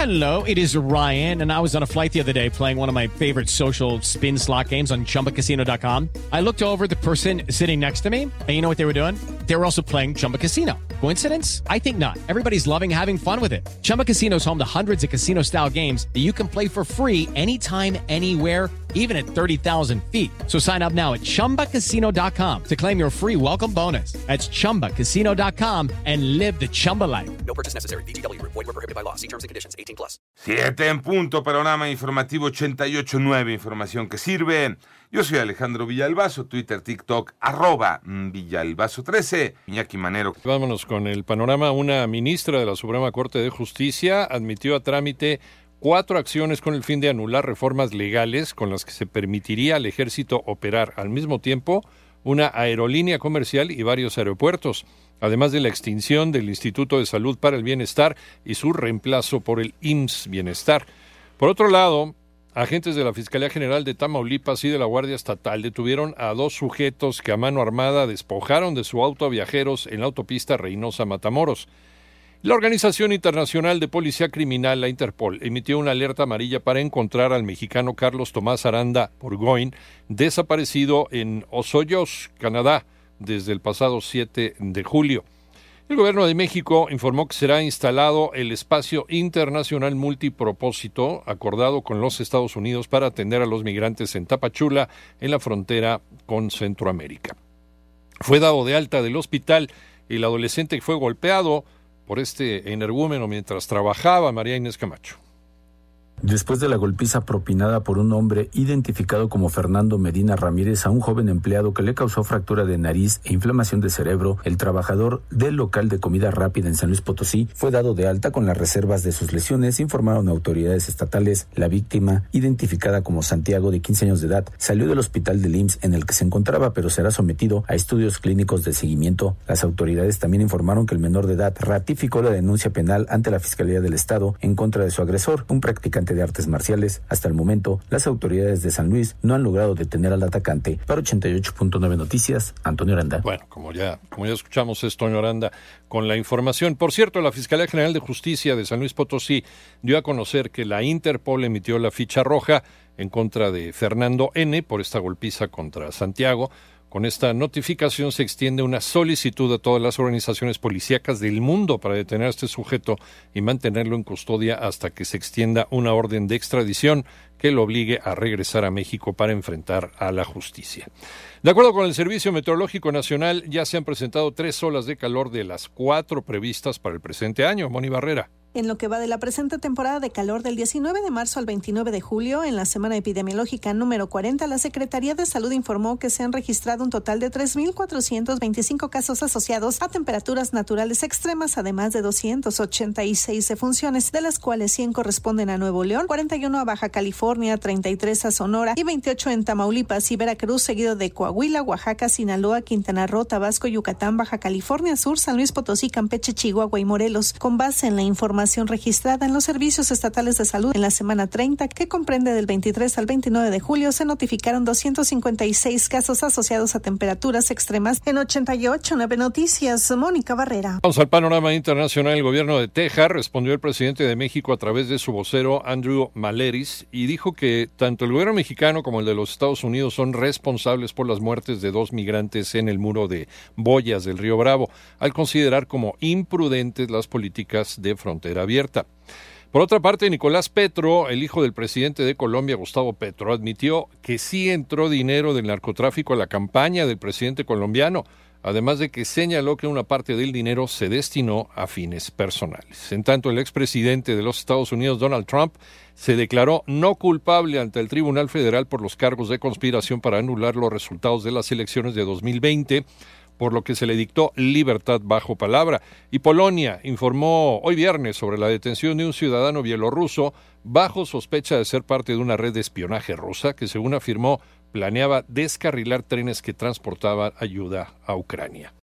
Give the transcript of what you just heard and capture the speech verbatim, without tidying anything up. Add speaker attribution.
Speaker 1: Hello, it is Ryan, and I was on a flight the other day playing one of my favorite social spin slot games on Chumba Casino dot com. I looked over at the person sitting next to me, and you know what they were doing? They were also playing Chumba Casino. Coincidence? I think not. Everybody's loving having fun with it. Chumba Casino is home to hundreds of casino-style games that you can play for free anytime, anywhere, even at thirty thousand feet. So sign up now at Chumba Casino dot com to claim your free welcome bonus. That's Chumba Casino dot com and live the Chumba life.
Speaker 2: No purchase necessary. V G W. Void where prohibited by law. See terms and conditions. eighteen plus.
Speaker 3: Siete en punto, panorama informativo ochenta y ocho punto nueve, información que sirve. Yo soy Alejandro Villalbazo, Twitter, TikTok, arroba Villalbazo trece. Iñaki Manero.
Speaker 4: Vámonos con el panorama. Una ministra de la Suprema Corte de Justicia admitió a trámite cuatro acciones con el fin de anular reformas legales con las que se permitiría al ejército operar al mismo tiempo una aerolínea comercial y varios aeropuertos, además de la extinción del Instituto de Salud para el Bienestar y su reemplazo por el I M S S Bienestar. Por otro lado, agentes de la Fiscalía General de Tamaulipas y de la Guardia Estatal detuvieron a dos sujetos que a mano armada despojaron de su auto a viajeros en la autopista Reynosa-Matamoros. La Organización Internacional de Policía Criminal, la Interpol, emitió una alerta amarilla para encontrar al mexicano Carlos Tomás Aranda Burgoyne, desaparecido en Osoyoos, Canadá, desde el pasado siete de julio. El gobierno de México informó que será instalado el espacio internacional multipropósito acordado con los Estados Unidos para atender a los migrantes en Tapachula, en la frontera con Centroamérica. Fue dado de alta del hospital el adolescente que fue golpeado por este energúmeno mientras trabajaba. María Inés Camacho.
Speaker 5: Después de la golpiza propinada por un hombre identificado como Fernando Medina Ramírez a un joven empleado que le causó fractura de nariz e inflamación de cerebro, el trabajador del local de comida rápida en San Luis Potosí fue dado de alta con las reservas de sus lesiones, informaron autoridades estatales. La víctima, identificada como Santiago, de quince años de edad, salió del hospital del I M S S en el que se encontraba, pero será sometido a estudios clínicos de seguimiento. Las autoridades también informaron que el menor de edad ratificó la denuncia penal ante la Fiscalía del Estado en contra de su agresor, un practicante de artes marciales. Hasta el momento, las autoridades de San Luis no han logrado detener al atacante. Para ochenta y ocho punto nueve Noticias, Antonio Aranda.
Speaker 4: Bueno, como ya, como ya escuchamos, es Toño Aranda con la información. Por cierto, la Fiscalía General de Justicia de San Luis Potosí dio a conocer que la Interpol emitió la ficha roja en contra de Fernando N. por esta golpiza contra Santiago. Con esta notificación se extiende una solicitud a todas las organizaciones policíacas del mundo para detener a este sujeto y mantenerlo en custodia hasta que se extienda una orden de extradición que lo obligue a regresar a México para enfrentar a la justicia. De acuerdo con el Servicio Meteorológico Nacional, ya se han presentado tres olas de calor de las cuatro previstas para el presente año. Moni Barrera.
Speaker 6: En lo que va de la presente temporada de calor del diecinueve de marzo al veintinueve de julio, en la semana epidemiológica número cuarenta, la Secretaría de Salud informó que se han registrado un total de tres mil cuatrocientos veinticinco casos asociados a temperaturas naturales extremas, además de doscientas ochenta y seis defunciones, de las cuales cien corresponden a Nuevo León, cuarenta y uno a Baja California, treinta y tres a Sonora y veintiocho en Tamaulipas y Veracruz, seguido de Coahuila, Oaxaca, Sinaloa, Quintana Roo, Tabasco, Yucatán, Baja California Sur, San Luis Potosí, Campeche, Chihuahua y Morelos. Con base en la información registrada en los servicios estatales de salud en la semana treinta, que comprende del veintitrés al veintinueve de julio, se notificaron doscientos cincuenta y seis casos asociados a temperaturas extremas. En ochenta y ocho punto nueve Noticias, Mónica Barrera.
Speaker 4: Vamos al panorama internacional. El gobierno de Texas respondió al presidente de México a través de su vocero Andrew Maleris y dijo que tanto el gobierno mexicano como el de los Estados Unidos son responsables por las muertes de dos migrantes en el muro de boyas del río Bravo, al considerar como imprudentes las políticas de frontera abierta. Por otra parte, Nicolás Petro, el hijo del presidente de Colombia, Gustavo Petro, admitió que sí entró dinero del narcotráfico a la campaña del presidente colombiano, además de que señaló que una parte del dinero se destinó a fines personales. En tanto, el expresidente de los Estados Unidos, Donald Trump, se declaró no culpable ante el Tribunal Federal por los cargos de conspiración para anular los resultados de las elecciones de dos mil veinte, por lo que se le dictó libertad bajo palabra. Y Polonia informó hoy viernes sobre la detención de un ciudadano bielorruso bajo sospecha de ser parte de una red de espionaje rusa que, según afirmó, planeaba descarrilar trenes que transportaban ayuda a Ucrania.